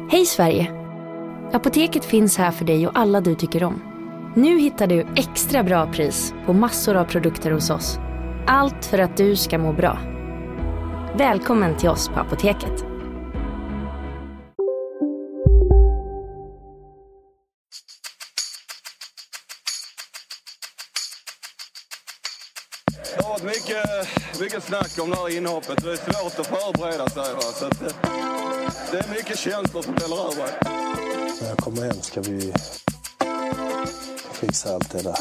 Hej Sverige! Apoteket finns här för dig och alla du tycker om. Nu hittar du extra bra pris på massor av produkter hos oss. Allt för att du ska må bra. Välkommen till oss på Apoteket. Det har varit mycket snack om det här inhoppet. Det är svårt att förbereda sig. Så att det är mycket känslor som fäller över. När jag kommer hem ska vi fixa allt det där.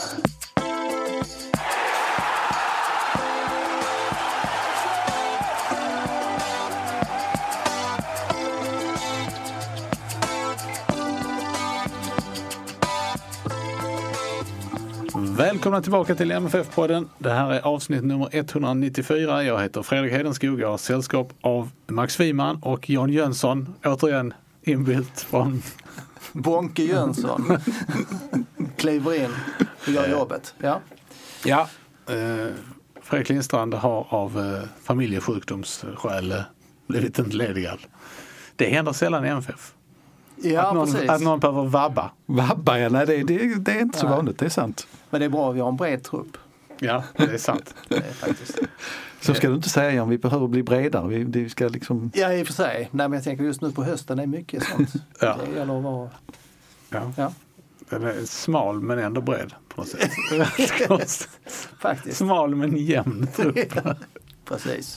Välkomna tillbaka till MFF-podden. Det här är avsnitt nummer 194. Jag heter Fredrik Hedenskog. Jag har sällskap av Max Wiman och Jan Jönsson. Återigen inbylt från... Bonke Jönsson kliver in och gör jobbet. Ja. Fredrik Lindstrand har av familjesjukdomsskäl blivit entledigad. Det händer sällan i MFF. Ja, att någon behöver vabba. Vabba, ja, nej, det är inte så vanligt, det är sant. Men det är bra att vi har en bred trupp. Ja, det är sant. Det är faktiskt. Så ska du inte säga om vi behöver bli bredare. Vi ska liksom... Ja, i och för sig. Nej, men jag tänker just nu på hösten är mycket sånt. Ja. Det gäller att vara... Ja. Den är smal men ändå bred på något sätt. Faktiskt. Smal men jämn trupp. Precis.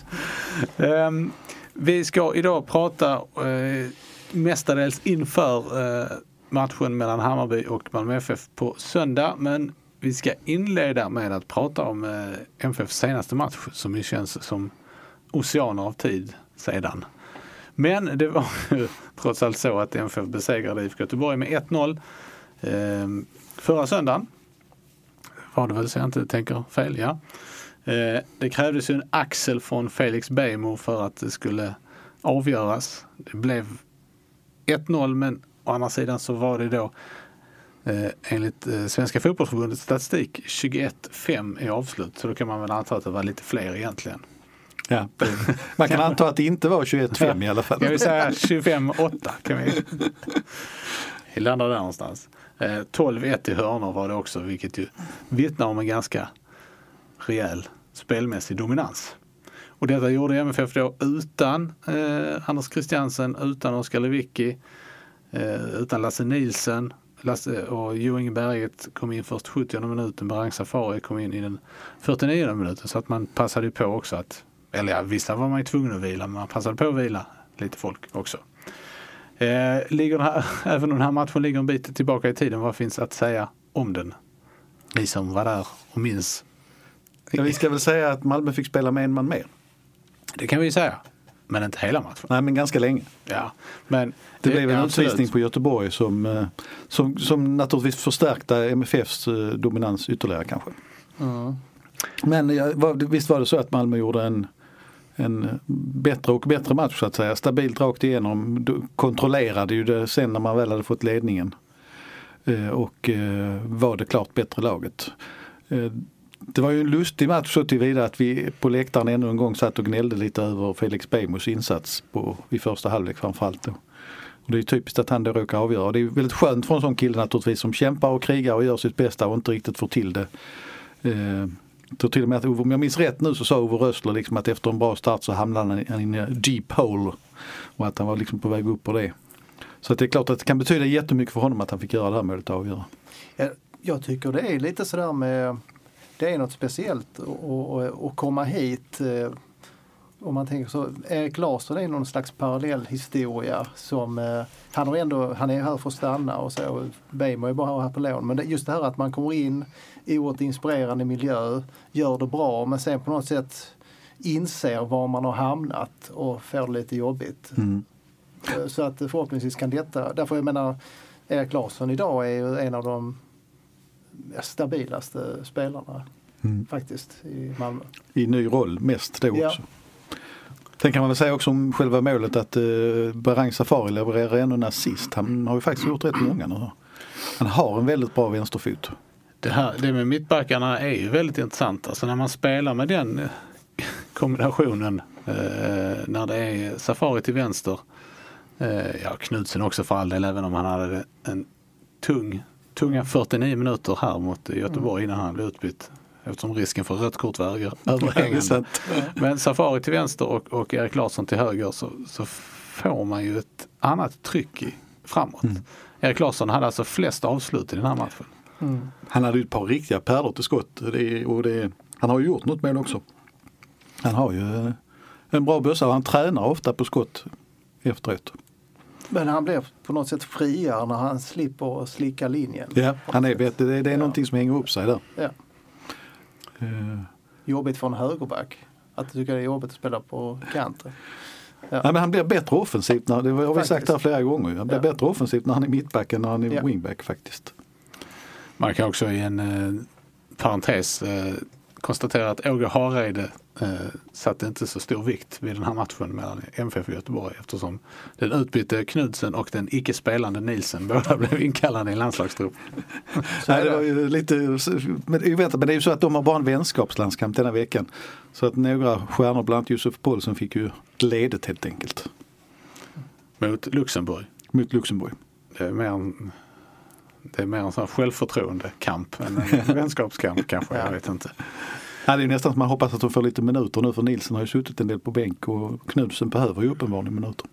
Vi ska idag prata mestadels inför matchen mellan Hammarby och Malmö FF på söndag. Men vi ska inleda med att prata om MFFs senaste match som ju känns som oceaner av tid sedan. Men det var trots allt så att MFF besegrade IFK Göteborg med 1-0 förra söndagen. Var det väl så jag inte tänker fel, ja. Det krävdes ju en axel från Felix Beijmo för att det skulle avgöras. Det blev 1-0, men å andra sidan så var det då enligt Svenska fotbollsförbundets statistik 21-5 i avslut. Så då kan man väl anta att det var lite fler egentligen. Ja, man kan anta att det inte var 21-5 i alla fall. Jag vill säga 25-8 kan vi landa där någonstans. 12-1 i hörnor var det också, vilket ju vittnar om en ganska rejäl spelmässig dominans. Och detta gjorde MFF då utan Anders Christiansen, utan Oskar Lewicki, utan Lasse Nielsen. Och Jo Inge Berget kom in först 70:e minuten, Barang Safari kom in i den 49:e minuten, så att man passade på också att, eller ja, vissa var man ju tvungen att vila, men man passade på att vila lite folk också. Ligger här, även om den här matchen ligger en bit tillbaka i tiden, vad finns att säga om den? Ni som var där och minns. Ja, vi ska väl säga att Malmö fick spela med en man mer. Det kan vi säga. Men inte hela matchen. Nej, men ganska länge. Ja, men det blev en utvisning på Göteborg som naturligtvis förstärkte MFFs dominans ytterligare kanske. Men visst var det så att Malmö gjorde en bättre och bättre match så att säga. Stabilt rakt igenom. Kontrollerade ju det sen när man väl hade fått ledningen. Och var det klart bättre laget. Det var ju en lustig match så tillvida att vi på läktaren ännu en gång satt och gnällde lite över Felix Beijmos insats i första halvlek framförallt då. Och det är typiskt att han då råkar avgöra. Och det är väldigt skönt för en sån kille naturligtvis som kämpar och krigar och gör sitt bästa och inte riktigt får till det. Så till och med att om jag minns rätt nu så sa Ove Rössler liksom att efter en bra start så hamnade han i en deep hole och att han var liksom på väg upp på det. Så att det är klart att det kan betyda jättemycket för honom att han fick göra det här målet att avgöra. Jag tycker det är lite sådär med, det är något speciellt att komma hit. Om man tänker så, Erik Larsson är någon slags parallell historia som han är här för att stanna och så. Beijmo är bara här på lån. Men just det här att man kommer in i oerhört inspirerande miljö, gör det bra men sen på något sätt inser var man har hamnat och får det lite jobbigt. Så att förhoppningsvis kan detta, därför jag menar Erik Larsson idag är ju en av de stabilaste spelarna faktiskt i Malmö. I ny roll mest då också. Sen kan man väl säga också om själva målet att Barang Safari levererar ännu en assist. Han har ju faktiskt gjort rätt många nu. Han har en väldigt bra vänsterfot. Det med mittbackarna är ju väldigt intressant. Alltså när man spelar med den kombinationen när det är Safari till vänster Knudsen också för all del, även om han hade en tunga 49 minuter här mot Göteborg innan han blev utbytt. Eftersom risken för rött kort var överhängande. Men Safari till vänster och Erik Larsson till höger så får man ju ett annat tryck framåt. Erik Larsson hade alltså flest avslut i den här matchen. Han hade ju ett par riktiga pärlor till skott. Han har ju gjort något med det också. Han har ju en bra bössa och han tränar ofta på skott efteråt. Men han blev på något sätt friare när han slipper slicka linjen. Ja, han är bättre. Det är någonting som hänger upp sig där. Ja. Jobbigt för en högerback. Att du tycker det är jobbigt att spela på kanten. Ja. Nej, men han blir bättre offensivt. Det har vi sagt här flera gånger. Han blir bättre offensivt när han är mittback än när han är wingback faktiskt. Man kan också i en parentes konstatera att Åge Hareide satte inte så stor vikt vid den här matchen mellan MFF och Göteborg, eftersom den utbytte Knudsen och den icke-spelande Nielsen båda blev inkallade i en landslagstrupp. Nej, det var ju lite, men det är ju så att de har bara en vänskapslandskamp denna veckan. Så att några stjärnor, bland annat Josef Paulsen, fick ju ledet helt enkelt. Mot Luxemburg. Det är mer en sån självförtroende-kamp än en vänskapskamp kanske, jag vet inte. Ja, det är nästan att man hoppas att de får lite minuter nu, för Nielsen har ju suttit en del på bänk och Knudsen behöver ju uppenbarligen minuter.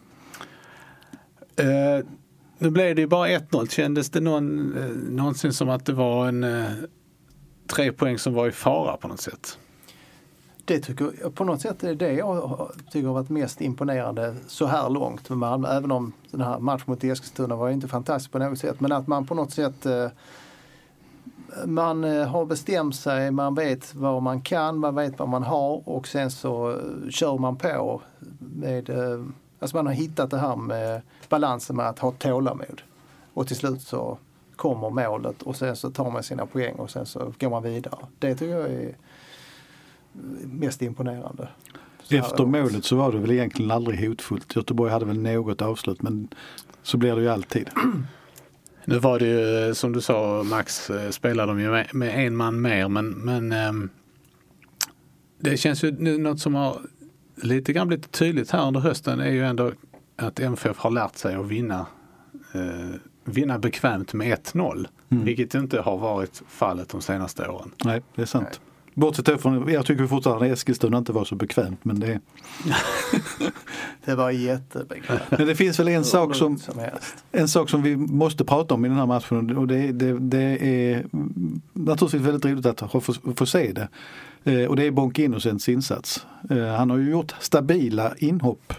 Nu blev det ju bara 1-0. Kändes det någonsin som att det var 3 poäng som var i fara på något sätt? Det tycker jag, på något sätt är det jag tycker har varit mest imponerande så här långt med Malmö. Även om den här matchen mot Eskilstuna var inte fantastisk på något sätt. Men att man på något sätt man har bestämt sig, man vet vad man kan, man vet vad man har och sen så kör man på med, alltså man har hittat det här med balansen med att ha tålamod. Och till slut så kommer målet och sen så tar man sina poäng och sen så går man vidare. Det tycker jag är mest imponerande. Efter målet så var det väl egentligen aldrig hotfullt. Göteborg hade väl något avslut, men så blir det ju alltid. Nu var det ju, som du sa Max, spelade de ju med en man mer, men det känns ju nu något som har lite grann blivit tydligt här under hösten är ju ändå att MFF har lärt sig att vinna bekvämt med 1-0, vilket inte har varit fallet de senaste åren. Nej, det är sant. Nej. Bortsett från, jag tycker fortfarande att Eskilstuna inte var så bekvämt, men det det var jättebekvämt. Men det finns väl en sak som vi måste prata om i den här matchen, och det är naturligtvis väldigt roligt att få se det. Och det är Bonke Innocents insats. Han har ju gjort stabila inhopp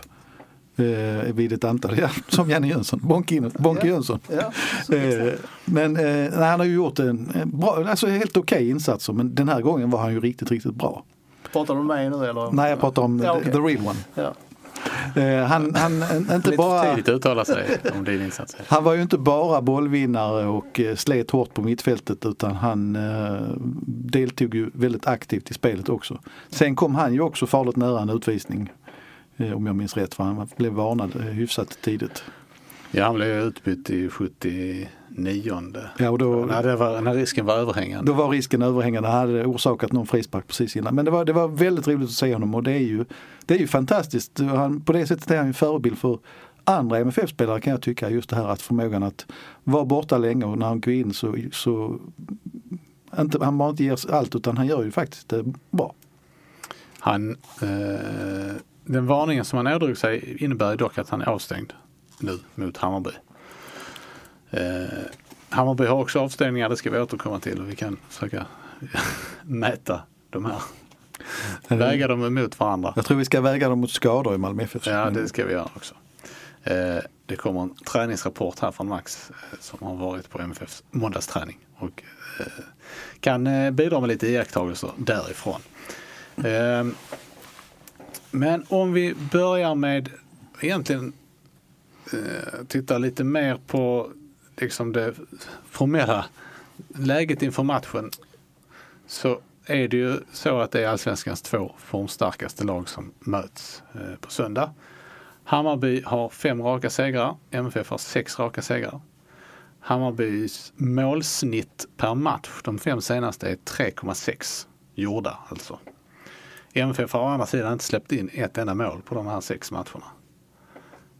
vid ett antal, som Janne Jönsson, Bonke Jönsson. Ja, men han har ju gjort en bra, alltså helt okej insatser, men den här gången var han ju riktigt, riktigt bra. Pratar du om mig nu eller? Nej, jag pratar om the real one. Ja. Han inte bara tidigt uttala sig om din insats. Han var ju inte bara bollvinnare och slet hårt på mittfältet, utan han deltog ju väldigt aktivt i spelet också. Sen kom han ju också farligt nära en utvisning, om jag minns rätt, för han blev varnad hyfsat tidigt. Ja, han blev utbytt i 79. Ja, och då, när risken var överhängande. Då var risken överhängande. Han hade orsakat någon frispark precis innan. Men det var väldigt roligt att se honom, och det är ju fantastiskt. På det sättet är han en förebild för andra MFF-spelare, kan jag tycka. Just det här att förmågan att vara borta länge, och när han går in så han bara inte ger allt, utan han gör ju faktiskt det bra. Den varningen som han ådrog sig innebär dock att han är avstängd nu mot Hammarby. Hammarby har också avstängningar, det ska vi återkomma till, och vi kan försöka mäta de här. Väga dem emot varandra. Jag tror vi ska väga dem mot skador i Malmö FF. Ja, det ska vi göra också. Det kommer en träningsrapport här från Max som har varit på MFFs måndagsträning och kan bidra med lite iakttagelser därifrån. Men om vi börjar med egentligen titta lite mer på liksom det formella läget inför matchen, så är det ju så att det är Allsvenskans 2 formstarkaste lag som möts på söndag. Hammarby har 5 raka segrar, MFF har 6 raka segrar. Hammarbys målsnitt per match, de 5 senaste, är 3,6 gjorda alltså. MFF har å andra sidan inte släppt in ett enda mål på de här 6 matcherna.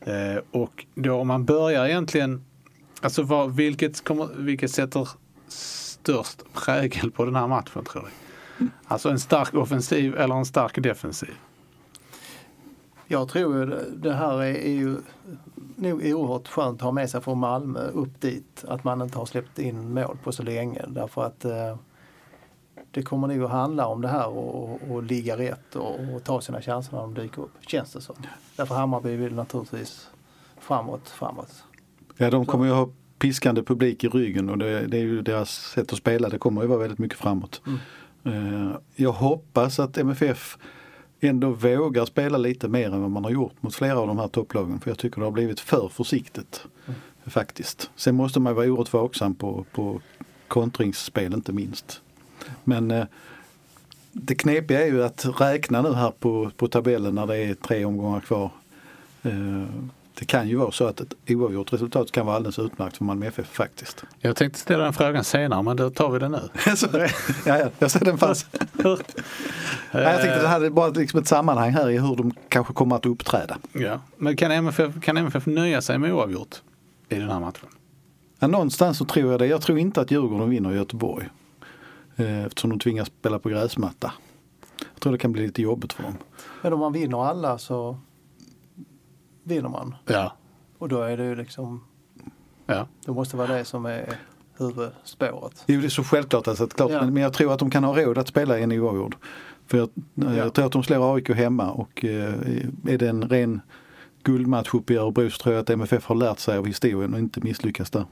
Och då om man börjar egentligen, alltså vilket sätter störst prägel på den här matchen, tror jag. Alltså en stark offensiv eller en stark defensiv? Jag tror det här är ju nog oerhört skönt att ha med sig från Malmö upp dit. Att man inte har släppt in mål på så länge. Därför att det kommer nog att handla om det här och ligga rätt och ta sina chanser när de dyker upp. Känns det så. Därför Hammarby vill naturligtvis framåt. Ja, de kommer ju ha piskande publik i ryggen och det är ju deras sätt att spela. Det kommer ju vara väldigt mycket framåt. Jag hoppas att MFF ändå vågar spela lite mer än vad man har gjort mot flera av de här topplagen. För jag tycker det har blivit för försiktigt faktiskt. Sen måste man vara oerhört vaksam på kontringsspel inte minst. Men det knepiga är ju att räkna nu här på tabellen när det är 3 omgångar kvar. Det kan ju vara så att ett oavgjort resultat kan vara alldeles utmärkt för Malmö FF faktiskt. Jag tänkte ställa den frågan senare, men då tar vi den nu. Ja, jag ser den fast. Jag tänkte det hade bara liksom ett sammanhang här i hur de kanske kommer att uppträda. Ja. Men kan MFF nöja sig med oavgjort i den här matchen? Ja, någonstans så tror jag det. Jag tror inte att Djurgården vinner i Göteborg. Eftersom de tvingas spela på gräsmatta. Jag tror det kan bli lite jobbigt för dem. Men om man vinner alla så vinner man. Ja. Och då är det ju liksom... Ja. Det måste vara det som är huvudspåret. Jo, det är så självklart. Alltså, klart, ja. Men jag tror att de kan ha råd att spela en oavgjord. För jag tror att de slår AIK hemma och är det en ren guldmatch uppe i Örebro så tror jag att MFF har lärt sig av historien och inte misslyckas där.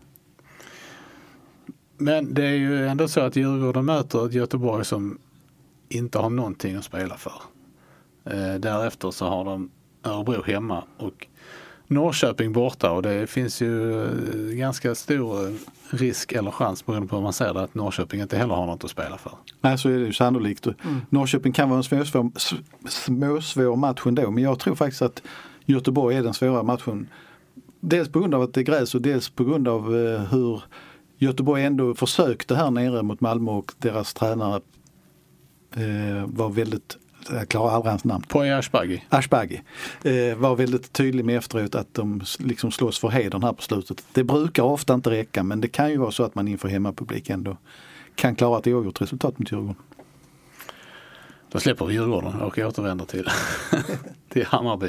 Men det är ju ändå så att Djurgården möter ett Göteborg som inte har någonting att spela för. Därefter så har de Örebro hemma och Norrköping borta och det finns ju ganska stor risk eller chans beroende på hur man säger det att Norrköping inte heller har något att spela för. Nej, så är det ju sannolikt. Norrköping kan vara en småsvår match ändå, men jag tror faktiskt att Göteborg är den svåra matchen. Dels på grund av att det är gräs och dels på grund av hur Göteborg ändå försökte här nere mot Malmö och deras tränare var väldigt, jag klarar aldrig hans namn. Poya Ashbagi var väldigt tydlig med efteråt att de liksom slåss för hedern här på slutet. Det brukar ofta inte räcka, men det kan ju vara så att man inför hemmapublik ändå kan klara ett oavgjort resultat mot Djurgården. Då släpper vi Djurgården och återvänder till Hammarby.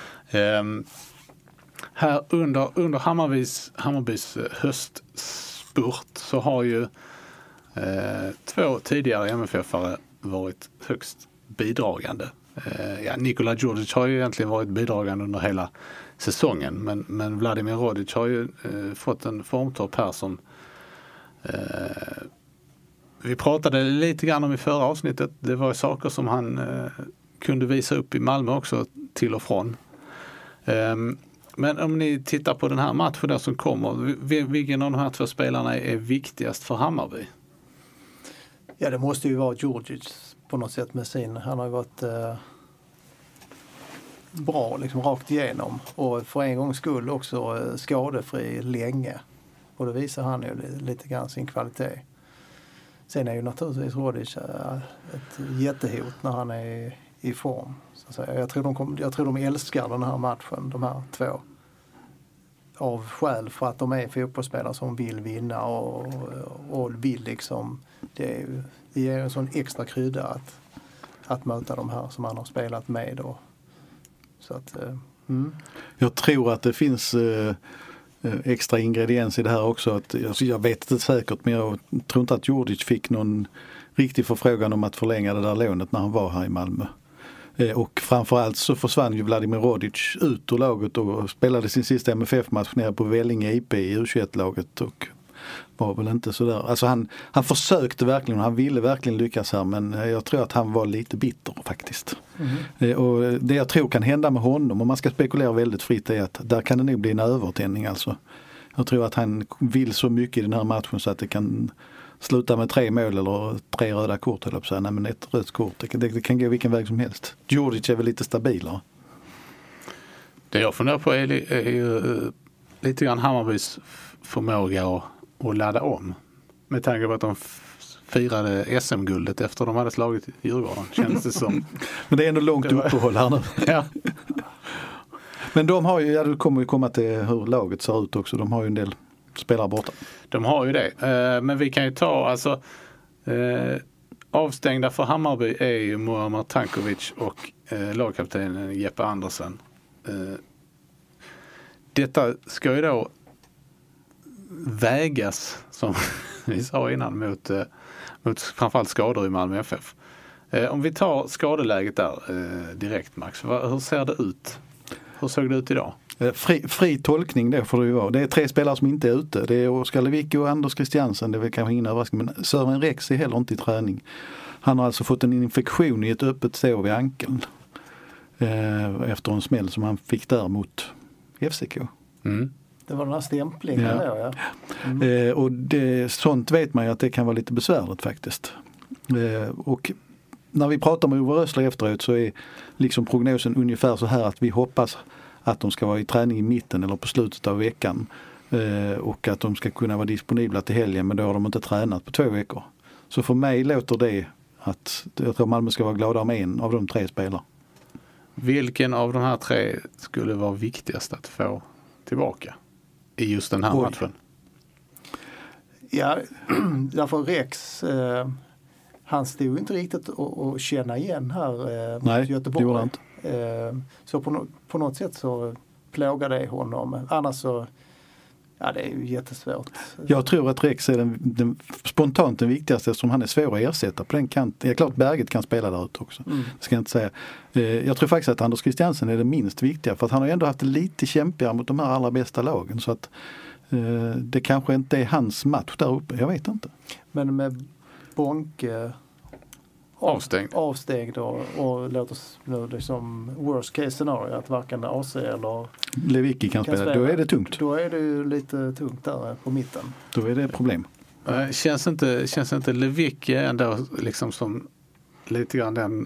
Här under Hammarbys höstspurt så har ju 2 tidigare MFF-are varit högst bidragande. Nikola Djurdjic har ju egentligen varit bidragande under hela säsongen, men Vladimir Rodic har ju fått en formtopp här som vi pratade lite grann om i förra avsnittet. Det var saker som han kunde visa upp i Malmö också till och från. Men om ni tittar på den här matchen där som kommer, vilken av de här 2 spelarna är viktigast för Hammarby? Ja, det måste ju vara Djurdjic på något sätt med sin. Han har ju varit bra liksom rakt igenom och för en gångs skull också skadefri länge. Och det visar han ju lite grann sin kvalitet. Sen är ju naturligtvis Rodic ett jättehot när han är i form. Så att säga. Jag tror de älskar den här matchen, de här 2. Av skäl för att de är fotbollsspelare som vill vinna och vill liksom, det ger en sån extra krydda att möta de här som man har spelat med. Och, så att, Jag tror att det finns extra ingrediens i det här också. Jag vet inte säkert, men jag tror inte att Djurdjic fick någon riktig förfrågan om att förlänga det där lånet när han var här i Malmö. Och framförallt så försvann ju Vladimir Rodic ut ur laget och spelade sin sista MFF-match nere på Vellinge IP i U21-laget och var väl inte sådär. Alltså han försökte verkligen, han ville verkligen lyckas här, men jag tror att han var lite bitter faktiskt. Och det jag tror kan hända med honom, om man ska spekulera väldigt fritt, är att där kan det nog bli en övertändning alltså. Jag tror att han vill så mycket i den här matchen så att det kan sluta med 3 mål eller 3 röda kort eller så. Nej, men ett rött kort, det kan gå vilken väg som helst. Djurdjic är väl lite stabilare. Det jag funderar på är ju lite grann Hammarbys förmåga att ladda om. Med tanke på att de firade SM-guldet efter de hade slagit Djurgården, känns det som. Men det är ändå långt uppehåll här nu. Ja. Men de har ju, det kommer ju komma till hur laget ser ut också. De har ju en del spelare borta. De har ju det. Men vi kan ju ta alltså avstängda för Hammarby är ju Muammar Tankovic och lagkaptenen Jeppe Andersen. Detta ska ju då vägas, som vi sa innan, mot framförallt skador i Malmö FF. Om vi tar skadeläget där direkt, Max. Hur ser det ut? Hur såg det ut idag? Fri tolkning det får det ju vara. Det är 3 spelare som inte är ute. Det är Oskar Lewicki och Anders Christiansen. Det är väl kanske ingen överraskning. Men Sören Rex är heller inte i träning. Han har alltså fått en infektion i ett öppet sår i ankeln. Efter en smäll som han fick där mot FCK. Mm. Det var den här stämplingen då, ja. Och sånt vet man ju att det kan vara lite besvärligt faktiskt. Och när vi pratar med Ove Rössler efteråt så är liksom prognosen ungefär så här att vi hoppas att de ska vara i träning i mitten eller på slutet av veckan. Och att de ska kunna vara disponibla till helgen, men då har de inte tränat på 2 veckor. Så för mig låter det att jag tror Malmö ska vara glada med en av de 3 spelarna. Vilken av de här 3 skulle vara viktigast att få tillbaka i just den här matchen? Ja, därför Rex, han stod inte riktigt att känna igen här mot Göteborg. Det gjorde han inte. Så på något sätt så plågar det honom. Annars så, ja, det är ju jättesvårt. Jag tror att Rex är spontant den viktigaste eftersom han är svår att ersätta på den kanten. Det är klart Berget kan spela där ute också. Det ska jag inte säga. Jag tror faktiskt att Anders Christiansen är det minst viktiga för att han har ändå haft det lite kämpigare mot de här allra bästa lagen så att det kanske inte är hans match där uppe. Jag vet inte. Men med Bonke avstängd och låt oss nu det som worst case scenario att varken AC eller Lewicki kan spela. Då är det tungt. Då är det ju lite tungt där på mitten. Då är det ett problem. Känns inte Lewicki ändå liksom som lite grann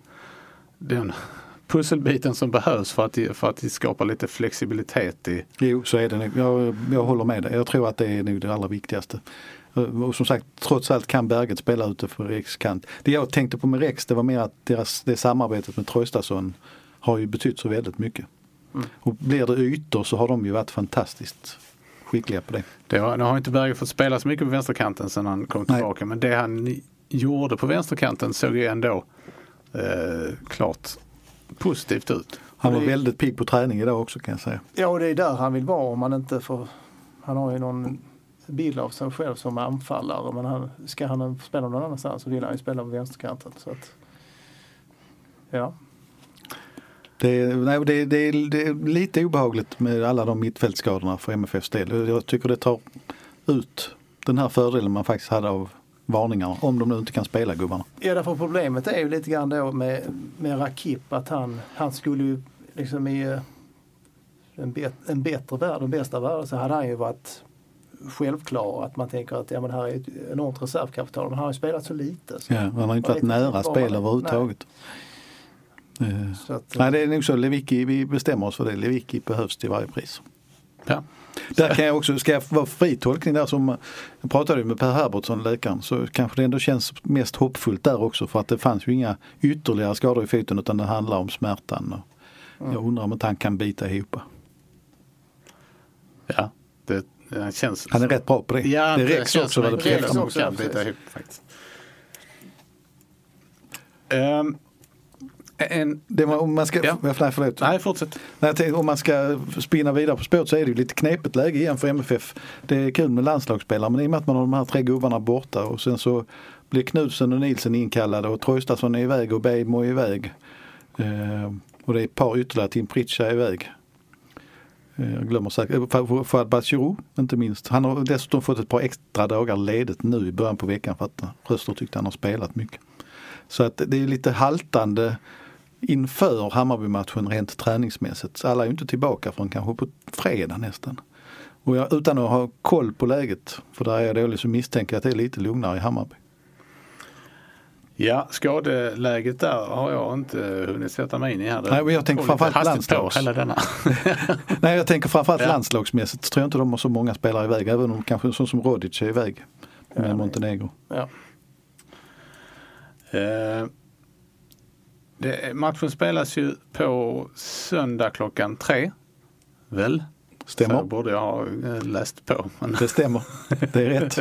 den pusselbiten som behövs för att skapa lite flexibilitet i... Jo, så är det. Jag håller med dig. Jag tror att det är nog det allra viktigaste. Och som sagt, trots allt kan Berget spela ute för Rex kant. Det jag tänkte på med Rex, det var mer att det samarbetet med Traustason har ju betytt så väldigt mycket. Och blir det ytor så har de ju varit fantastiskt skickliga på det. Nu har inte Berget fått spela så mycket på vänsterkanten sedan han kom tillbaka. Men det han gjorde på vänsterkanten såg ju ändå klart positivt ut. Han var väldigt pigg på träning idag också kan jag säga. Ja, och det är där han vill vara om man inte får... Han har ju någon bild av sig själv som anfallare, men ska han spela någon annanstans så vill han ju spela på vänsterkanten. Så att, ja. Det är lite obehagligt med alla de mittfältskadorna för MFFs del. Jag tycker det tar ut den här fördelen man faktiskt hade av varningarna, om de nu inte kan spela gubbarna. Ja, därför problemet är ju lite grann då med Rakip att han skulle ju liksom i en bättre värld, en bästa värld, så hade han ju varit självklar att man tänker att men här är ett enormt reservkapital, men han har ju spelat så lite. Så han har inte varit nära spel överhuvudtaget. Nej, det är nog så. Lewicki, vi bestämmer oss för det. Lewicki behövs till varje pris. Ja. Där kan jag också, ska jag vara fri tolkning där som jag pratade med Per Herbertsson, läkaren, så kanske det ändå känns mest hoppfullt där också för att det fanns ju inga ytterligare skador i foten utan det handlar om smärtan. Och jag undrar om inte han kan bita ihop. Ja, det känns... Han är rätt bra på det. Ja, det Rex också vad det Rex också kan bita ihop faktiskt. Om man ska, Nej, fortsätt. Om man ska spinna vidare på spåret så är det ju lite knepigt läge igen för MFF. Det är kul med landslagsspelare, men i och med att man har de här 3 gubbarna borta och sen så blir Knudsen och Nielsen inkallade och Traustason är iväg och Beijmo är iväg. Och det är ett par ytterligare, Tim Pritcha är iväg. Jag glömmer säkert. Fouad Batshiru, inte minst. Han har dessutom fått ett par extra dagar ledigt nu i början på veckan för att Röster tyckte han har spelat mycket. Så att det är lite haltande inför Hammarby-matchen rent träningsmässigt. Så alla är ju inte tillbaka från kanske på fredag nästan. Och utan att ha koll på läget, för där är jag dålig, så misstänker jag att det är lite lugnare i Hammarby. Ja, skadeläget där har jag inte hunnit sätta mig in i här. Nej, men jag tänker framförallt Nej, jag tänker framförallt landslagsmässigt. Tror jag inte de har så många spelare iväg, även om kanske så som Rodic är iväg med Montenegro. Ja. Matchen spelas ju på söndag klockan 3. Väl? Stämmer. Så borde jag ha läst på. Men... Det stämmer. Det är rätt.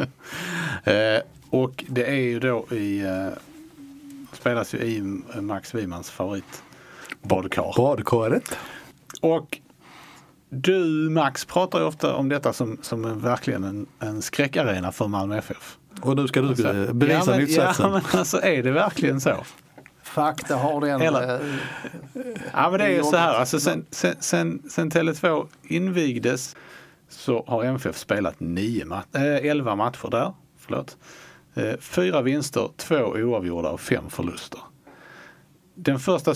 Och det är ju då spelas ju i Max Wimans favorit Badkaret. Och du, Max, pratar ju ofta om detta som verkligen en skräckarena för Malmö FF. Och nu ska du bevisa motsatsen. Ja, men alltså är det verkligen så? Fakta har den... Ja, men det är ju så här. Alltså, sen Tele2 invigdes så har MFF spelat 11 matcher där. 4 vinster, 2 oavgjorda och 5 förluster. De första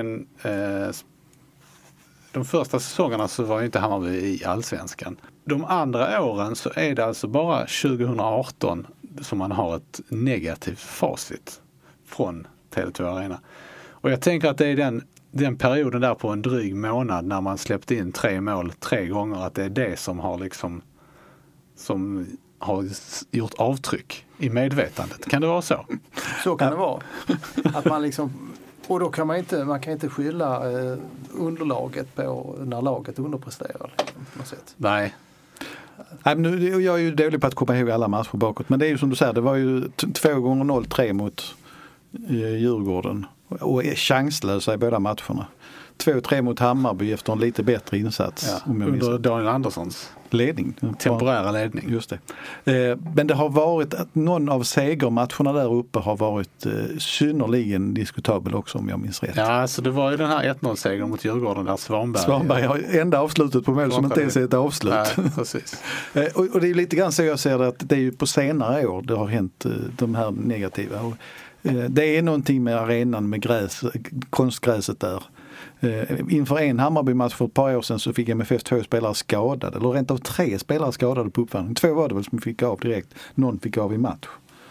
säsongerna så var ju inte Hammarby i Allsvenskan. De andra åren så är det alltså bara 2018 som man har ett negativt facit från Tele2 Arena. Och jag tänker att det är den perioden där på en dryg månad när man släppte in 3 mål 3 gånger, att det är det som har som har gjort avtryck i medvetandet. Kan det vara så? Så kan det vara. Att man och då kan man kan inte skylla underlaget på när laget underpresterar på något sätt. Nej. Nej, men jag är ju dålig på att komma ihåg alla matcher bakåt. Men det är ju som du säger, det var ju 2 gånger 0-3 mot Djurgården. Och är chanslösa i båda matcherna. 2-3 mot Hammarby efter en lite bättre insats. Ja, under Daniel Anderssons ledning. Temporära ledning. Just det. Men det har varit att någon av segermatcherna där uppe har varit synnerligen diskutabel också, om jag minns rätt. Ja, alltså det var ju den här 1-0-segern mot Djurgården där Svanberg har enda avslutet på mål som inte ens är ett avslut. Nej, precis. Och det är lite grann så jag ser det, att det är ju på senare år det har hänt de här negativa. Och det är någonting med arenan, med konstgräset där. Inför en Hammarby-match för ett par år sedan så fick MFF 2 spelare skadade, eller rent av 3 spelare skadade på uppvärmning. 2 var det väl som fick av direkt, någon fick av i match.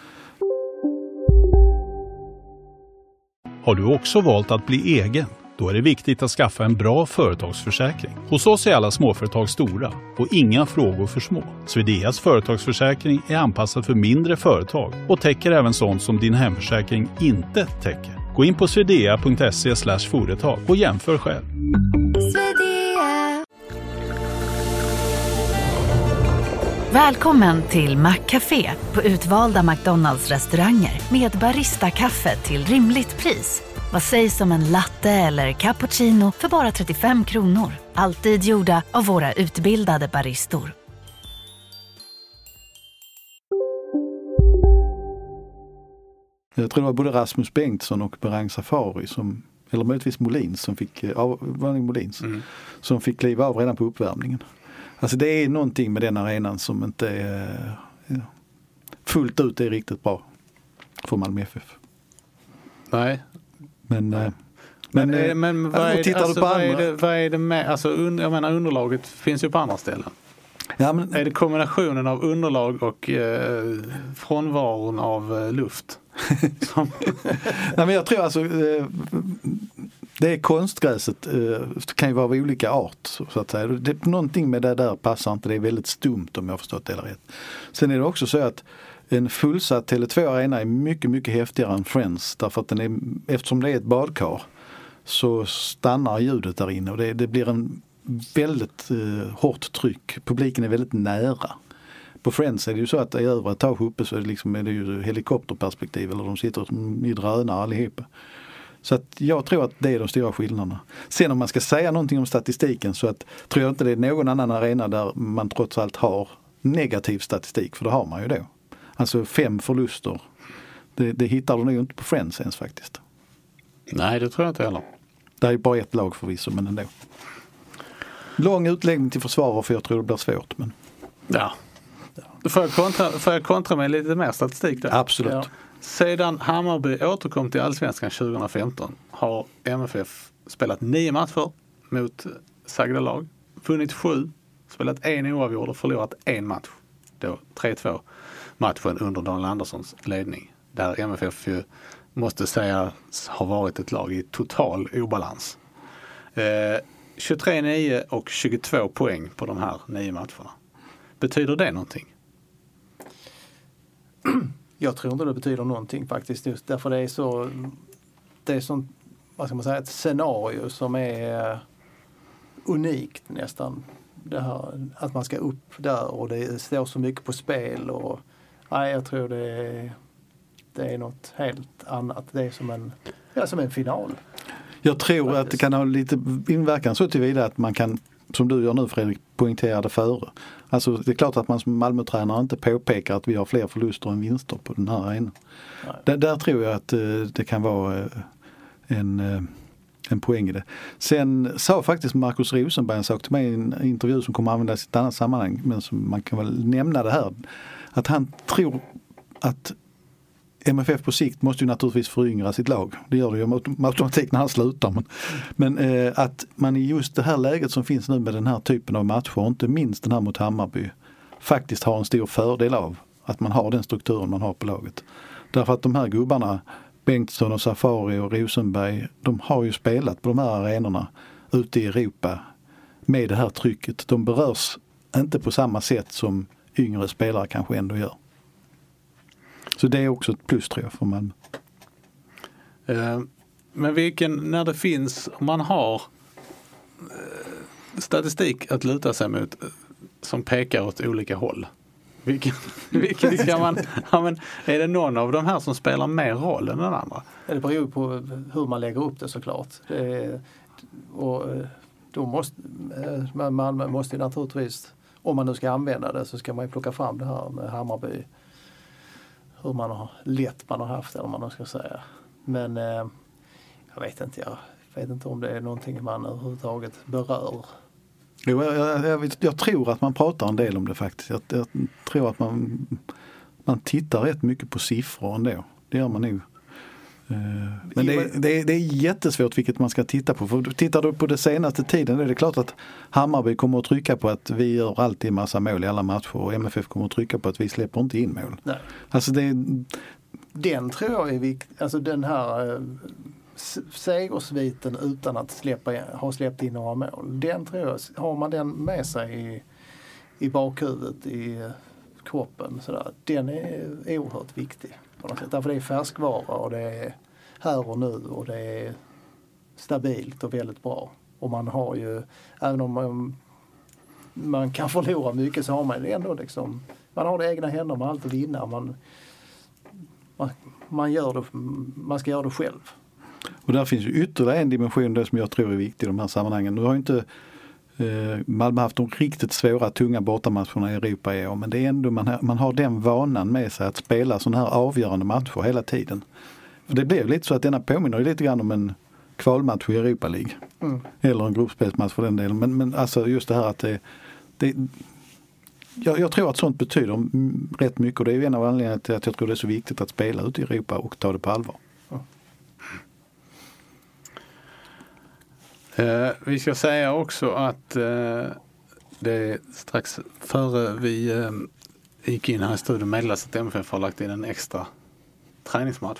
Har du också valt att bli egen? Då är det viktigt att skaffa en bra företagsförsäkring. Hos oss är alla småföretag stora och inga frågor för små. Swedeas företagsförsäkring är anpassad för mindre företag och täcker även sånt som din hemförsäkring inte täcker. Gå in på swedea.se/företag och jämför själv. Välkommen till Maccafé på utvalda McDonalds-restauranger med barista-kaffe till rimligt pris. Vad sägs om en latte eller cappuccino för bara 35 kronor? Alltid gjorda av våra utbildade baristor. Jag tror det var både Rasmus Bengtsson och Berang Safari eller möjligtvis Molins som fick kliva av redan på uppvärmningen. Alltså det är någonting med den arenan som inte är fullt ut är riktigt bra för Malmö FF. Nej. Men vad är det med, alltså jag menar underlaget finns ju på andra ställen. Ja, men, är det kombinationen av underlag och frånvaron av luft? Nej, men jag tror alltså det är konstgräset kan ju vara av olika art så att säga. Det är någonting med det där passar inte, det är väldigt stumt om jag har förstått det hela rätt. Sen är det också så att en fullsatt Tele2 Arena är mycket, mycket häftigare än Friends därför att eftersom det är ett badkar så stannar ljudet där inne och det blir en väldigt hårt tryck. Publiken är väldigt nära. På Friends är det ju så att i övre etage uppe så är det ju helikopterperspektiv eller de sitter i drönare allihopa. Så att jag tror att det är de stora skillnaderna. Sen om man ska säga någonting om statistiken så tror jag inte det är någon annan arena där man trots allt har negativ statistik, för det har man ju då. Alltså 5 förluster. Det hittar du nog inte på Friends ens faktiskt. Nej, det tror jag inte heller. Det är ju bara ett lag förvisso, men ändå. Lång utläggning till försvarare för jag tror det blir svårt. Men... Ja. Får jag kontra med lite mer statistik där? Absolut. Ja. Sedan Hammarby återkom till Allsvenskan 2015 har MFF spelat 9 matcher mot sagda lag. Vunnit 7, spelat 1 oavgjord och förlorat 1 match. Då 3-2 matchen under Daniel Anderssons ledning. Där MFF ju måste säga har varit ett lag i total obalans. 23-9 och 22 poäng på de här 9 matcherna. Betyder det någonting? Jag tror inte det betyder någonting faktiskt, just därför det är så vad ska man säga, ett scenario som är unikt nästan. Det här, att man ska upp där och det står så mycket på spel. Och, nej, jag tror det är något helt annat. Det är som en final. Jag tror att det kan ha lite inverkan så tillvida att man kan, som du gör nu Fredrik, poängtera det före. Alltså det är klart att man som Malmö-tränare inte påpekar att vi har fler förluster än vinster på den här arenan. Där tror jag att det kan vara en poäng i det. Sen sa faktiskt Markus Rosenberg en sak till mig i en intervju som kommer att användas i ett annat sammanhang, men som man kan väl nämna det här. Att han tror att MFF på sikt måste ju naturligtvis föryngra sitt lag. Det gör det ju med automatik när han slutar. Men att man i just det här läget som finns nu med den här typen av matcher, inte minst den här mot Hammarby, faktiskt har en stor fördel av att man har den strukturen man har på laget. Därför att de här gubbarna, Bengtsson och Safari och Rosenberg, de har ju spelat på de här arenorna ute i Europa med det här trycket. De berörs inte på samma sätt som yngre spelare kanske ändå gör. Så det är också ett plus tror jag för Malmö. Men när det finns, om man har statistik att luta sig mot som pekar åt olika håll. Vilken ska man, men är det någon av de här som spelar mer roll än den andra? Det beror på hur man lägger upp det såklart. Då man måste naturligtvis, om man nu ska använda det, så ska man ju plocka fram det här med Hammarby. Hur man har haft, eller vad man ska säga. Men jag vet inte om det är någonting man överhuvudtaget berör. Jo, jag tror att man pratar en del om det faktiskt. Jag tror att man tittar rätt mycket på siffror ändå. Det gör man nog. Men det är jättesvårt vilket man ska titta på. För tittar du på det senaste tiden är det klart att Hammarby kommer att trycka på att vi gör alltid massa mål i alla matcher och MFF kommer att trycka på att vi släpper inte in mål. Nej. Alltså den tror jag är viktig. Alltså den här segersviten utan att ha släppt in några mål. Den tror jag, har man den med sig i bakhuvudet, i kroppen, sådär, den är oerhört viktig. Därför det är färskvara och det är här och nu och det är stabilt och väldigt bra. Och man har ju, även om man kan förlora mycket, så har man det ändå liksom, man har det egna händer, man har allt att vinna. Man ska göra det själv. Och där finns ju ytterligare en dimension där som jag tror är viktig i de här sammanhangen. Nu har ju inte Malmö haft de riktigt svåra, tunga bortamatcherna i Europa i år, men det är ändå man har den vanan med sig att spela sådana här avgörande matcher hela tiden. För det blev lite så att denna påminner lite grann om en kvalmatch i Europa League. Eller en gruppspelsmatch för den delen. Men alltså just det här att jag tror att sånt betyder rätt mycket, och det är en av anledningarna till att jag tror det är så viktigt att spela ute i Europa och ta det på allvar. Vi ska säga också att det strax före vi gick in här i studion meddelas att MFF har lagt in en extra träningsmatch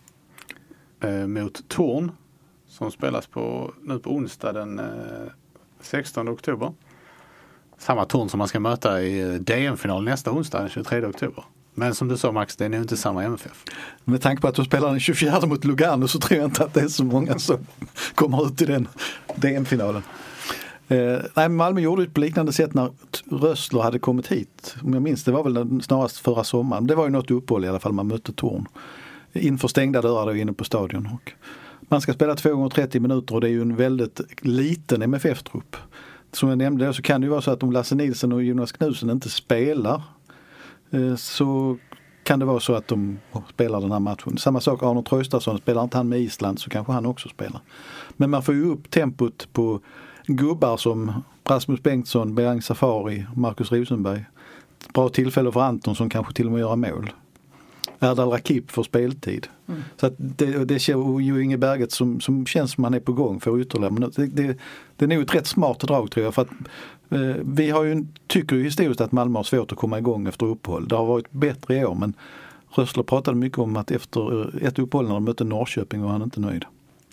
mot Torn som spelas nu på onsdag den 16 oktober. Samma Torn som man ska möta i DM-final nästa onsdag den 23 oktober. Men som du sa Max, det är nu inte samma MFF. Med tanke på att de spelar den 24 mot Lugano så tror jag inte att det är så många som kommer ut i den DM-finalen. Malmö gjorde det på liknande sätt när Rössler hade kommit hit. Om jag minns, det var väl snarast förra sommaren. Det var ju något uppehåll i alla fall, man mötte Torn. Inför stängda dörrar då inne på stadion. Och man ska spela 2 gånger 30 minuter och det är ju en väldigt liten MFF-trupp. Som jag nämnde så kan det ju vara så att om Lasse Nilsson och Jonas Knudsen inte spelar så kan det vara så att de spelar den här matchen. Samma sak Arnold Traustason, spelar inte han med Island så kanske han också spelar. Men man får ju upp tempot på gubbar som Rasmus Bengtsson, Beang Safari, Markus Rosenberg. Bra tillfälle för Anton som kanske till och med gör mål. Erdal Rakip får speltid. Så att det känns ju Inge Berget som känns som man är på gång för ytterligare minuter. Det är nog ett rätt smart drag tror jag, för att vi tycker ju historiskt att Malmö har svårt att komma igång efter uppehåll. Det har varit bättre i år, men Rössler pratade mycket om att efter ett uppehåll när de mötte Norrköping var han inte nöjd.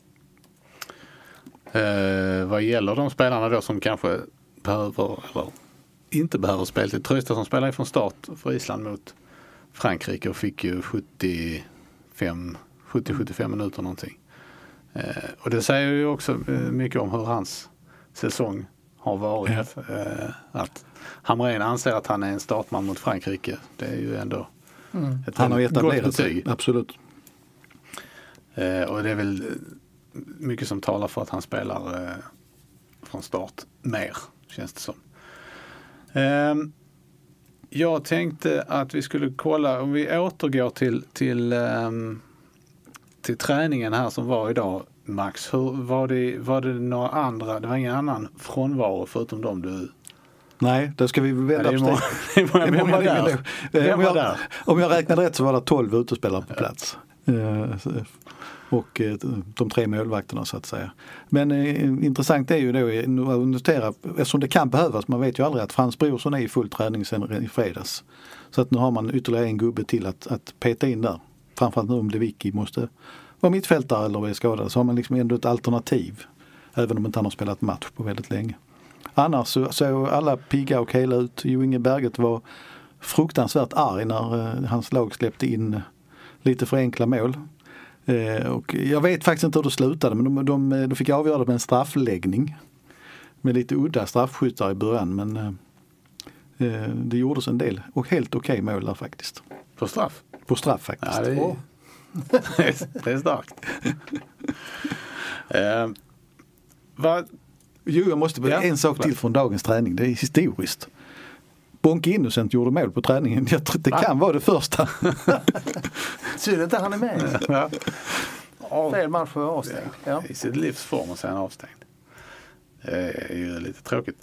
Vad gäller de spelarna då som kanske behöver eller inte behöver spela till Trösta som spelar från start för Island mot Frankrike och fick ju 70-75 minuter någonting. Och det säger ju också mycket om hur hans säsong har varit. Att Hamrén anser att han är en startman mot Frankrike. Det är ju ändå ett han har etablerat gott betyg. sig, absolut. Och det är väl mycket som talar för att han spelar från start mer, känns det som. Jag tänkte att vi skulle kolla, om vi återgår till träningen här som var idag, Max. Var det några andra, det var ingen annan frånvaro förutom dem du... Nej, då ska vi vända på steg. Vem var där? Om jag räknade rätt så var det 12 utespelare på plats. Och de 3 målvakterna så att säga. Men intressant är ju då att notera, eftersom det kan behövas, man vet ju aldrig att Frans Brorsson är i full träning sedan i fredags. Så att nu har man ytterligare en gubbe till att peta in där. Framförallt nu om Lewicki måste vara mittfältare eller är skadad, så har man liksom ändå ett alternativ. Även om inte han har spelat match på väldigt länge. Annars så alla pigga och hela ut. Jo Inge Berget var fruktansvärt arg när hans lag släppte in lite för enkla mål. Och jag vet faktiskt inte hur det slutade, men de fick avgöra det med en straffläggning. Med lite udda straffskyttar i början, men det gjordes en del. Och helt okej mål där faktiskt. På straff? På straff faktiskt. Ja, det är starkt. Jo, jag måste en sak till från dagens träning. Det är historiskt. Bonke Innocent gjorde mål på träningen. Jag tror det kan vara det första. Synd inte han är med. Ja. Fel match för avstängd. Ja. I sitt livsform och sen avstängd. Det är ju lite tråkigt.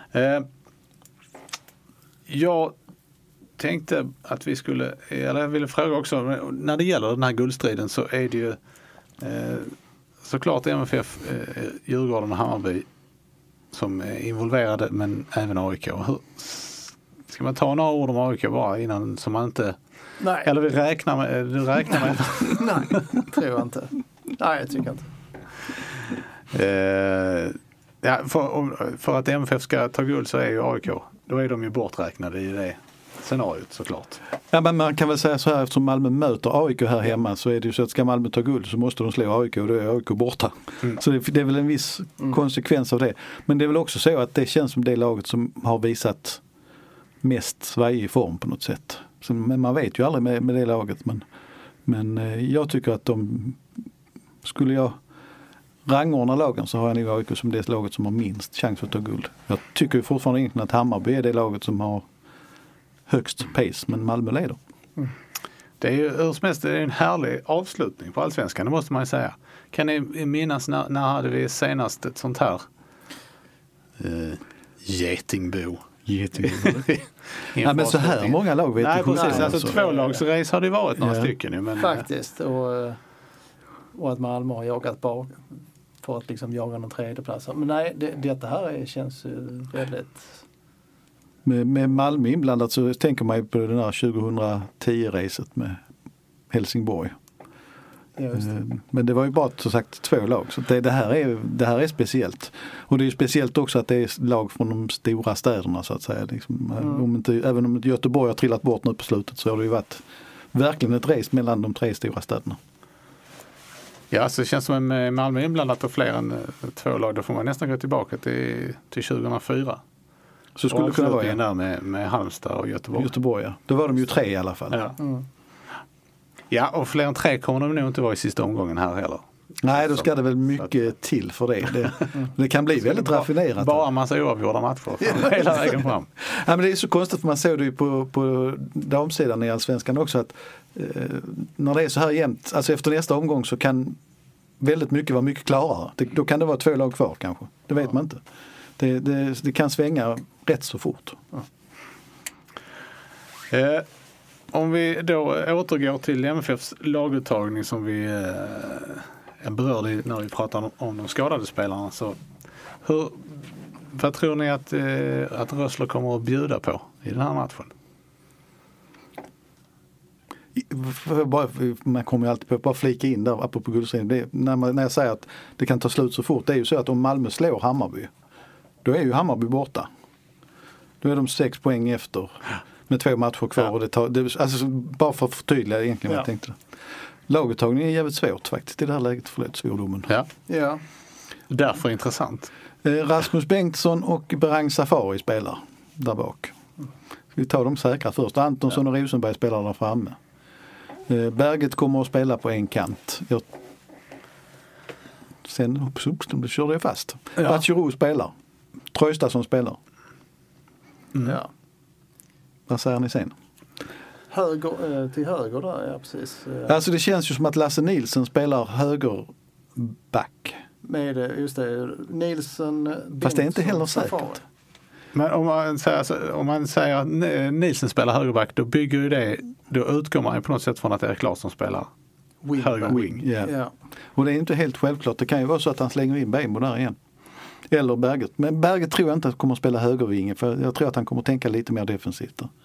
Jag tänkte att vi skulle, eller jag ville fråga också, när det gäller den här guldstriden så är det ju såklart MFF, Djurgården och Hammarby som är involverade, men även AIK. Ska man ta några ord om AIK bara innan, som man inte... Nej. Eller du räknar med... Nej, tror jag inte. Nej, jag tycker inte. För att MFF ska ta guld så är ju AIK, då är de ju borträknade i det scenariot såklart. Ja, men man kan väl säga så här, eftersom Malmö möter AIK här hemma så är det ju så att ska Malmö ta guld så måste de slå AIK och då är AIK borta. Så det är väl en viss konsekvens av det. Men det är väl också så att det känns som det laget som har visat mest svajig form på något sätt. Men man vet ju aldrig med det laget. Men jag tycker att skulle jag rangordna lagen så har jag nog AIK som det laget som har minst chans att ta guld. Jag tycker fortfarande egentligen att Hammarby är det laget som har högst pace, men Malmö leder. Det är ju det är en härlig avslutning på Allsvenskan, det måste man ju säga. Kan ni minnas när hade vi senast ett sånt här Getingbo? Ja, men så här många lag vet nej, inte. Precis, alltså 2-lagsrace har det varit några stycken. Men, faktiskt, och att Malmö har jagat bak för att liksom jaga någon tredjeplats. Men nej, detta här känns väldigt... Med Malmö inblandat så tänker man ju på den här 2010-racet med Helsingborg. Men det var ju bara så sagt 2 lag. Så det här är speciellt. Och det är ju speciellt också att det är lag från de stora städerna så att säga. Liksom, även om Göteborg har trillat bort nu på slutet så har det ju varit verkligen ett race mellan de 3 stora städerna. Ja, så det känns som med Malmö inblandat och fler än 2 lag. Då får man nästan gå tillbaka till 2004. Så skulle det kunna vara där med Halmstad och Göteborg. Ja. Då var de ju 3 i alla fall. Ja. Ja, och fler än 3 kommer de nog inte vara i sista omgången här heller. Nej, då ska det väl mycket till för det. Det kan bli väldigt raffinerat. Bara en massa oavgjorda matcher hela vägen fram. Ja, men det är så konstigt för man såg det ju på damsidan i Allsvenskan också att när det är så här jämnt, alltså efter nästa omgång så kan väldigt mycket vara mycket klarare. Då kan det vara 2 lag kvar kanske. Det vet man inte. Det kan svänga rätt så fort. Om vi då återgår till MFFs laguttagning som vi berörde när vi pratade om de skadade spelarna. Så vad tror ni att Rössler kommer att bjuda på i den här matchen? Man kommer ju alltid på bara flika in där apropå guldstriden. När jag säger att det kan ta slut så fort, det är ju så att om Malmö slår Hammarby, då är ju Hammarby borta. Då är de 6 poäng efter med 2 matcher kvar. Ja. Och alltså, bara för att förtydliga egentligen vad jag tänkte. Laguttagningen är jävligt svårt faktiskt i det här läget, förlåt svordomen. Ja. Därför intressant. Rasmus Bengtsson och Berang Safari spelar där bak. Vi tar dem säkra först. Antonsson och Rosenberg spelar där framme. Berget kommer att spela på en kant. Sen det körde jag fast. Batshiro spelar. Traustason spelar. Ja. Vad säger ni sen? Till höger där, ja precis. Alltså det känns ju som att Lasse Nilsson spelar högerback. Med just det, Nilsson. Fast det är inte heller säkert. Men om man säger att Nilsson spelar högerback, då bygger ju det, då utgår man ju på något sätt från att Erik Larsson spelar höger wing. Ja. Och det är inte helt självklart. Det kan ju vara så att han slänger in Bejmo där igen. Eller Berget. Men Berget tror jag inte att kommer att spela högervinge, för jag tror att han kommer att tänka lite mer defensivt där.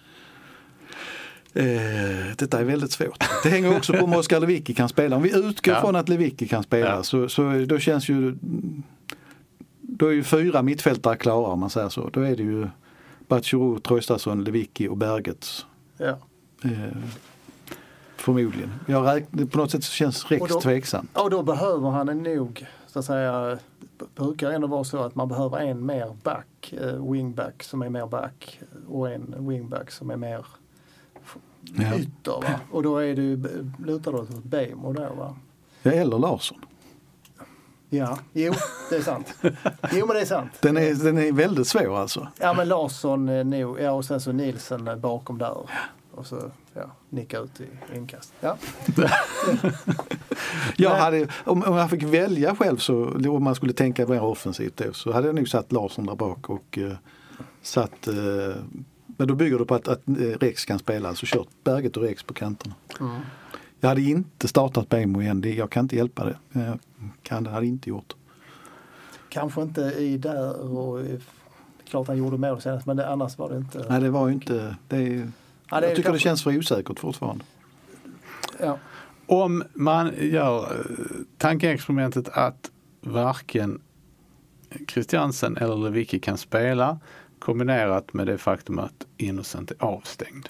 Detta är väldigt svårt. Det hänger också på om Oskar Lewicki kan spela. Om vi utgår från att Lewicki kan spela så då känns ju då är ju 4 mittfältare klara om man säger så. Då är det ju Batshiro, Traustason, Lewicki och Bergets. Ja. Förmodligen. På något sätt så känns Rex tveksam. Och då behöver han nog, så att säga, brukar ändå vara så att man behöver en mer back, wingback som är mer back och en wingback som är mer ytter, va? Och då är det ju lutar åt Bejmo där, va? Ja, eller Larsson. Ja, jo, det är sant. Jo, men det är sant. Den är väldigt svår alltså. Ja, men Larsson nog, och sen så Nilsson bakom där. Och så nicka ut i inkast. Ja. Om jag fick välja själv, så om man skulle tänka mer offensivt då, så hade jag nog satt Larsson där bak och satt men då bygger det på att Rex kan spela, alltså kört Berget och Rex på kanterna. Jag hade inte startat Bejmo igen, jag kan inte hjälpa det. Det hade inte gjort. Kanske inte i där, och klart han gjorde mål senast, men annars var det inte. Nej, det var ju inte. Jag tycker det känns för osäkert fortfarande. Ja. Om man gör tankeexperimentet att varken Christiansen eller Lewicki kan spela, kombinerat med det faktum att Innocent är avstängd.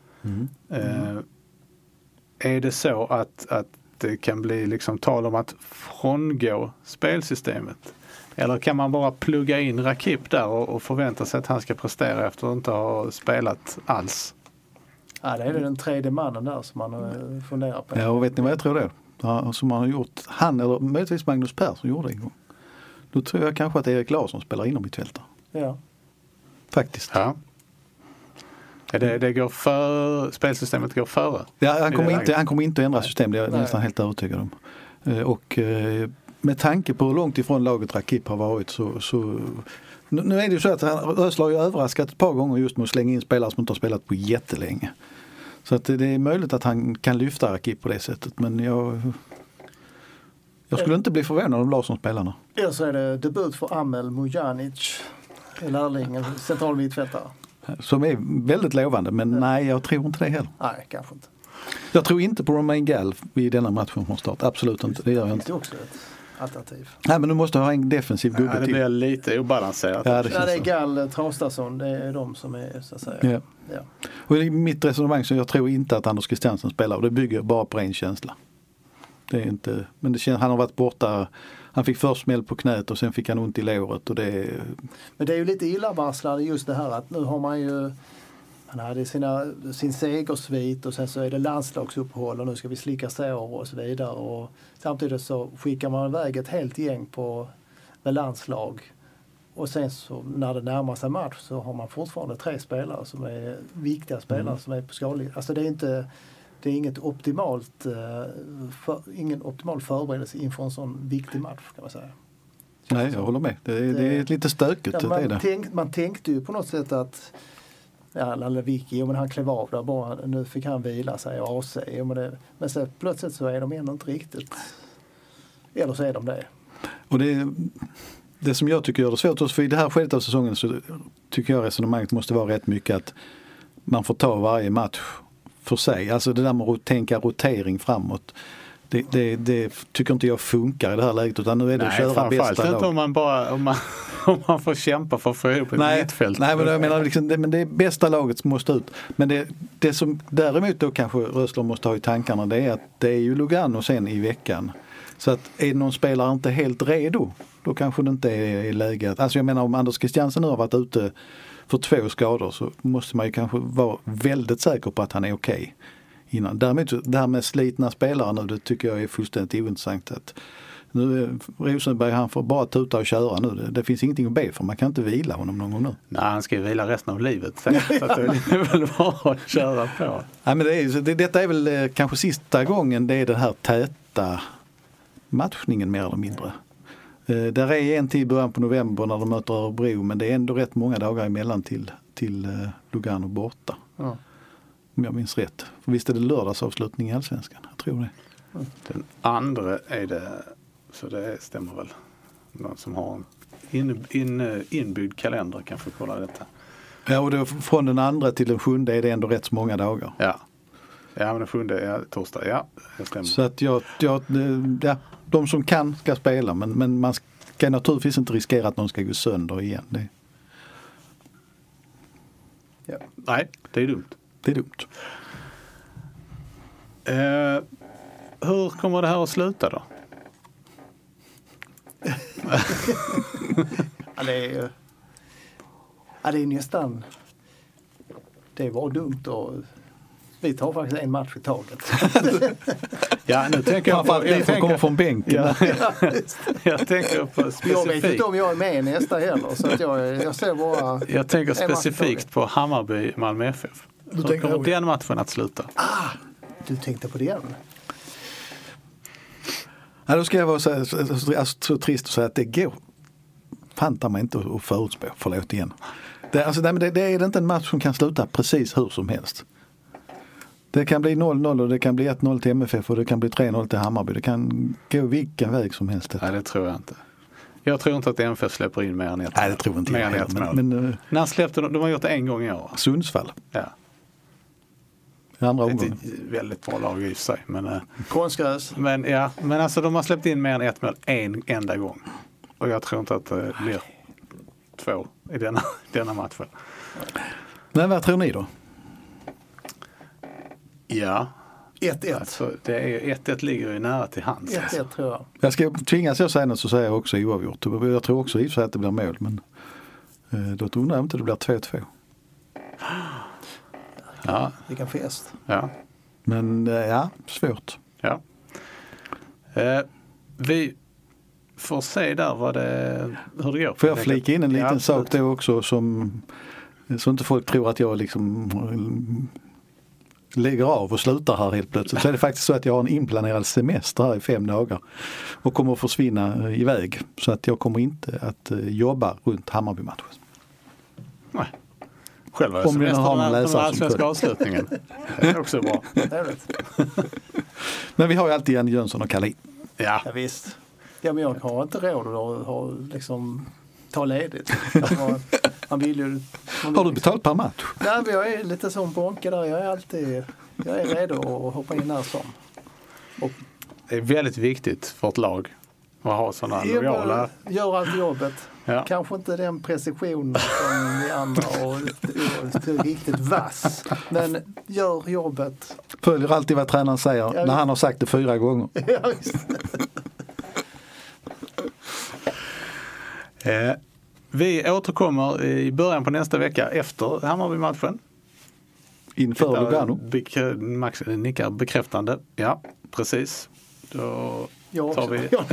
Är det så att det kan bli liksom tal om att frångå spelsystemet? Eller kan man bara plugga in Rakip där och förvänta sig att han ska prestera efter att inte ha spelat alls? Ja, det är den tredje mannen där som man funderar på. Ja, och vet ni vad jag tror det? Ja, som man har gjort, han eller möjligtvis Magnus Persson gjorde en gång. Då tror jag kanske att Erik Larsson spelar inom mittfältare. Ja. Faktiskt. Ja. Det går spelsystemet går före. Ja, han kommer inte att ändra system, det är jag nästan helt övertygad om. Och med tanke på hur långt ifrån laget Rakip har varit så nu är det ju så att Rösler har ju överraskat ett par gånger just med att slänga in spelare som inte har spelat på jättelänge. Så att det är möjligt att han kan lyfta Rakip på det sättet, men jag skulle inte bli förvånad om Larsson spelarna. Ja, så är det debut för Amel Mujanic, lärlingen, central mittfältare. Som är väldigt lovande, men nej, jag tror inte det heller. Nej, kanske inte. Jag tror inte på Romain Gall i denna matchen från start. Absolut inte, det gör jag inte. Det är också ett alternativ. Nej, men du måste ha en defensiv gubbe till. Det blir lite obalanserat. Ja, det är Gall, Traustason, det är de som är, så att säga. Ja. Och i mitt resonemang så jag tror inte att Anders Christiansen spelar, och det bygger bara på ren känsla. Det är inte, men det känns, han har varit borta. Han fick först smäll på knät och sen fick han ont i låret. Och Men det är ju lite illavarslande just det här att nu har man ju, han hade sin segersvit och sen så är det landslagsuppehåll och nu ska vi slicka sår och så vidare. Och samtidigt så skickar man iväg ett helt gäng med landslag. Och sen så när det närmar sig match så har man fortfarande 3 spelare som är viktiga spelare som är på skalig. Alltså det är ingen optimal förberedelse inför en sån viktig match, kan man säga. Nej, jag håller med. Det är lite stökigt. Man tänkte ju på något sätt att Lewicki, men han klev av där bara, nu fick han vila sig och AC. Men så plötsligt så är de ändå inte riktigt, eller så är de det. Och det som jag tycker gör det svårt, för i det här skedet av säsongen så tycker jag resonemanget måste vara rätt mycket att man får ta varje match för sig. Alltså det där med att tänka rotering framåt. Det tycker inte jag funkar i det här läget, utan nu är det att köra bästa lag. Inte om man får kämpa för att få ihop ett mittfält. Nej, men jag menar liksom, men det är bästa laget som måste ut. Men det som däremot då kanske Rösler måste ha i tankarna, det är att det är ju Lugano sen i veckan. Så att är någon spelare inte helt redo, då kanske det inte är läge. Alltså jag menar, om Anders Christiansen nu har varit ute för 2 skador så måste man ju kanske vara väldigt säker på att han är okej innan. Däremot det här med slitna spelare nu, det tycker jag är fullständigt ointressant. Att nu är Rosenberg, han får bara tuta och köra nu. Det finns ingenting att be för, man kan inte vila honom någon gång nu. Nej, han ska ju vila resten av livet. Så att det är väl bara att köra på. Ja, men detta är väl kanske sista gången det är den här täta matchningen mer eller mindre. Där är en till början på november när de möter Örebro, men det är ändå rätt många dagar emellan till Lugano borta. Ja. Om jag minns rätt. För visst är det lördagsavslutning i Allsvenskan? Jag tror det. Den andra är det, så det stämmer väl. Någon som har en inbyggd kalender kan få kolla detta. Ja, och då från den andra till den 7:e är det ändå rätt så många dagar. Ja, men den 7:e är torsdag. Ja, det stämmer. Så att de som kan ska spela, men man ska naturligtvis inte riskera att någon ska gå sönder igen. Ja. Nej, det är dumt. Det är dumt. Hur kommer det här att sluta då? Det är nästan... Det var dumt och vi tar faktiskt en match i taget. Ja, nu tänker jag på... Jag tänker från bänken. Ja, jag tänker på specifikt... Jag vet inte om jag är med nästa heller, så att jag ser bara... Jag tänker specifikt på Hammarby Malmö FF. Hur kommer den matchen att sluta? Du tänkte på det? Ja, då ska jag vara så trist att säga att det går fantar mig inte att förutspå. Förlåt igen. Det är inte en match som kan sluta precis hur som helst. Det kan bli 0-0 och det kan bli 1-0 till MFF och det kan bli 3-0 till Hammarby. Det kan gå vilken väg som helst. Nej, det tror jag inte. Jag tror inte att MFF släpper in mer än ett. Nej, det tror inte jag. Men när släppte de har gjort det en gång i år. Sundsvall. Ja. Andra det är omgången. ett väldigt bra lag i sig. Konstgräs. Men alltså de har släppt in mer än ett mål en enda gång. Och jag tror inte att det blir 2 i denna matchen. Men vad tror ni då? Ja. 1-1. Alltså, det är 1-1 ligger ju nära till hands. 1-1 tror jag. Jag ska tvingas jag säga något så säger jag också oavgjort. Jag tror också i och för sig att det blir mål. Men då undrar jag inte det blir 2-2. Ja. Vilken fest. Ja. Men svårt. Ja. Vi får se där hur det går. Får jag flika in en liten sak då också så inte folk tror att jag liksom lägger av och slutar här helt plötsligt. Så är det faktiskt så att jag har en inplanerad semester här i 5 dagar och kommer att försvinna iväg. Så att jag kommer inte att jobba runt Hammarby-matchen. Nej. Själv om ni har någon läsare den svenska avslutningen. Det är också bra. Men vi har ju alltid Janne Jönsson och Kalle. Ja, visst. Ja, men jag har inte råd att ha liksom ta ledigt. Man vill ju, har du betalt per match? Nej, men jag är lite som Bonke där. Jag är redo att hoppa in när som. Och det är väldigt viktigt för ett lag att ha sådana lojala. Gör allt jobbet. Ja. Kanske inte den precision som vi andra och riktigt vass. Men gör jobbet. Följer alltid vad tränaren säger när han har sagt det 4 gånger. Ja, visst. Vi återkommer i början på nästa vecka efter Hammarby-matchen. Inför Lugano. Max nickar bekräftande. Ja, precis. Då tar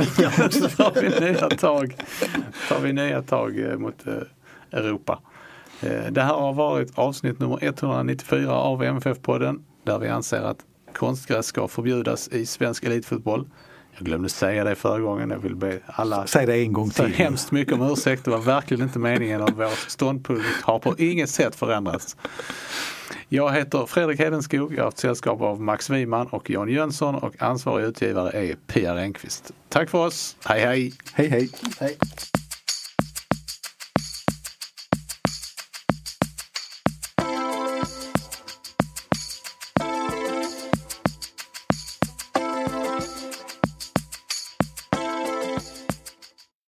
vi nya tag mot Europa. Det här har varit avsnitt nummer 194 av MFF-podden där vi anser att konstgräs ska förbjudas i svensk elitfotboll. Jag glömde säga det förra gången. Jag vill be alla säga det en gång till. Så hemskt mycket om ursäkt. Det var verkligen inte meningen att vår ståndpunkt har på inget sätt förändrats. Jag heter Fredrik Hedenskog. Jag har haft sällskap av Max Wiman och Jan Jönsson och ansvarig utgivare är Pia Rehnqvist. Tack för oss. Hej hej. Hej hej. Hej.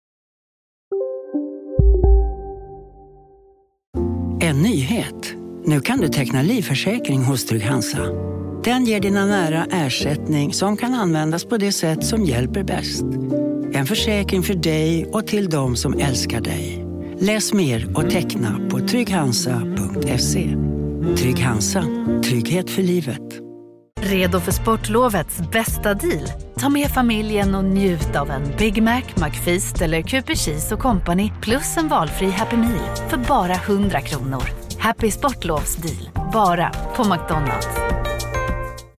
En nyhet. Nu Nu kan du teckna livförsäkring hos Trygg-Hansa. Den ger dina nära ersättning som kan användas på det sätt som hjälper bäst. En försäkring för dig och till de som älskar dig. Läs mer och teckna på trygghansa.se. Trygg-Hansa. Trygghet för livet. Redo för sportlovets bästa deal? Ta med familjen och njut av en Big Mac, McFeast eller Cooper Cheese och Company plus en valfri Happy Meal för bara 100 kronor. Happy Sportlovs deal. Bara på McDonald's.